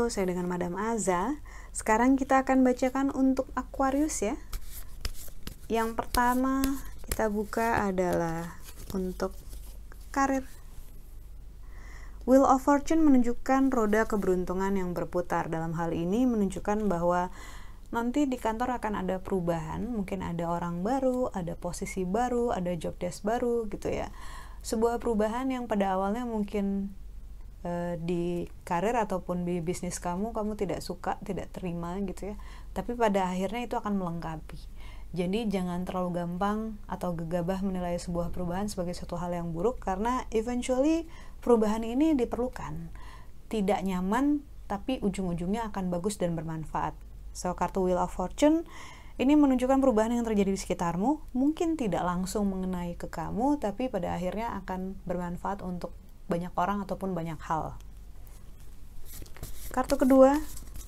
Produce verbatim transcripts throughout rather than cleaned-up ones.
Halo, saya dengan Madam Aza. Sekarang kita akan bacakan untuk Aquarius ya. Yang pertama kita buka adalah untuk karir. Wheel of Fortune menunjukkan roda keberuntungan yang berputar. Dalam hal ini menunjukkan bahwa nanti di kantor akan ada perubahan, mungkin ada orang baru, ada posisi baru, ada job desk baru gitu ya. Sebuah perubahan yang pada awalnya mungkin e, di karir ataupun di bisnis kamu, kamu tidak suka, tidak terima gitu ya. Tapi pada akhirnya itu akan melengkapi. Jadi jangan terlalu gampang atau gegabah menilai sebuah perubahan sebagai suatu hal yang buruk, karena eventually perubahan ini diperlukan. Tidak nyaman, tapi ujung-ujungnya akan bagus dan bermanfaat. So, kartu Wheel of Fortune ini menunjukkan perubahan yang terjadi di sekitarmu, mungkin tidak langsung mengenai ke kamu, tapi pada akhirnya akan bermanfaat untuk banyak orang ataupun banyak hal. Kartu kedua,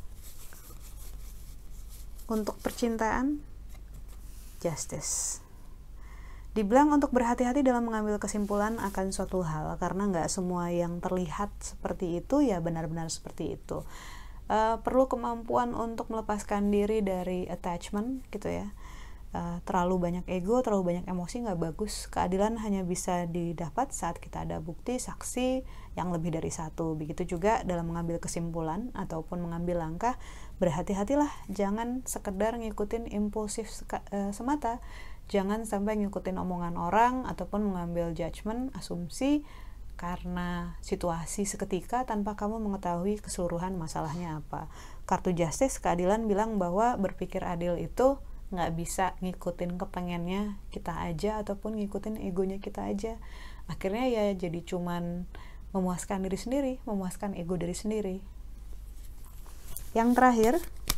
untuk percintaan, Justice. Dibilang untuk berhati-hati dalam mengambil kesimpulan akan suatu hal, karena nggak semua yang terlihat seperti itu ya benar-benar seperti itu. Uh, perlu kemampuan untuk melepaskan diri dari attachment gitu ya. Uh, terlalu banyak ego, terlalu banyak emosi nggak bagus. Keadilan hanya bisa didapat saat kita ada bukti, saksi yang lebih dari satu. Begitu juga dalam mengambil kesimpulan ataupun mengambil langkah, berhati-hatilah, jangan sekedar ngikutin impulsif uh, semata. Jangan sampai ngikutin omongan orang ataupun mengambil judgment, asumsi karena situasi seketika tanpa kamu mengetahui keseluruhan masalahnya apa. Kartu Justice, keadilan, bilang bahwa berpikir adil itu nggak bisa ngikutin kepengennya kita aja ataupun ngikutin egonya kita aja. Akhirnya ya jadi cuman memuaskan diri sendiri, memuaskan ego diri sendiri. Yang terakhir,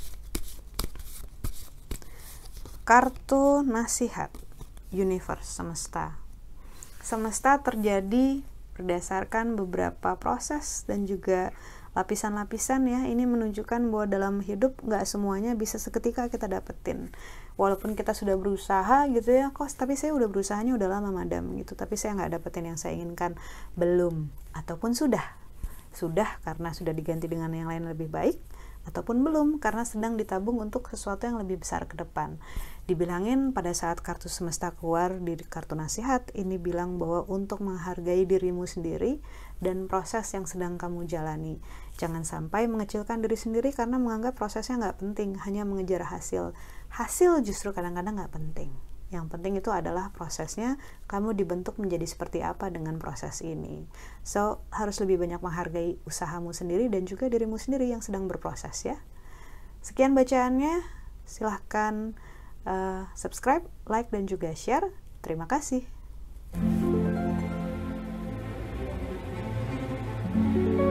kartu nasihat, Universe, semesta. Semesta terjadi berdasarkan beberapa proses dan juga lapisan-lapisan ya. Ini menunjukkan bahwa dalam hidup nggak semuanya bisa seketika kita dapetin. Walaupun kita sudah berusaha gitu ya, kok tapi saya udah berusahanya udah lama madam gitu, tapi saya nggak dapetin yang saya inginkan. Belum, ataupun sudah. Sudah karena sudah diganti dengan yang lain lebih baik, ataupun belum karena sedang ditabung untuk sesuatu yang lebih besar ke depan. Dibilangin pada saat kartu semesta keluar di kartu nasihat, ini bilang bahwa untuk menghargai dirimu sendiri dan proses yang sedang kamu jalani. Jangan sampai mengecilkan diri sendiri karena menganggap prosesnya nggak penting, hanya mengejar hasil. Hasil justru kadang-kadang nggak penting. Yang penting itu adalah prosesnya, kamu dibentuk menjadi seperti apa dengan proses ini. So, harus lebih banyak menghargai usahamu sendiri dan juga dirimu sendiri yang sedang berproses ya. Sekian bacaannya, silahkan uh, subscribe, like, dan juga share. Terima kasih.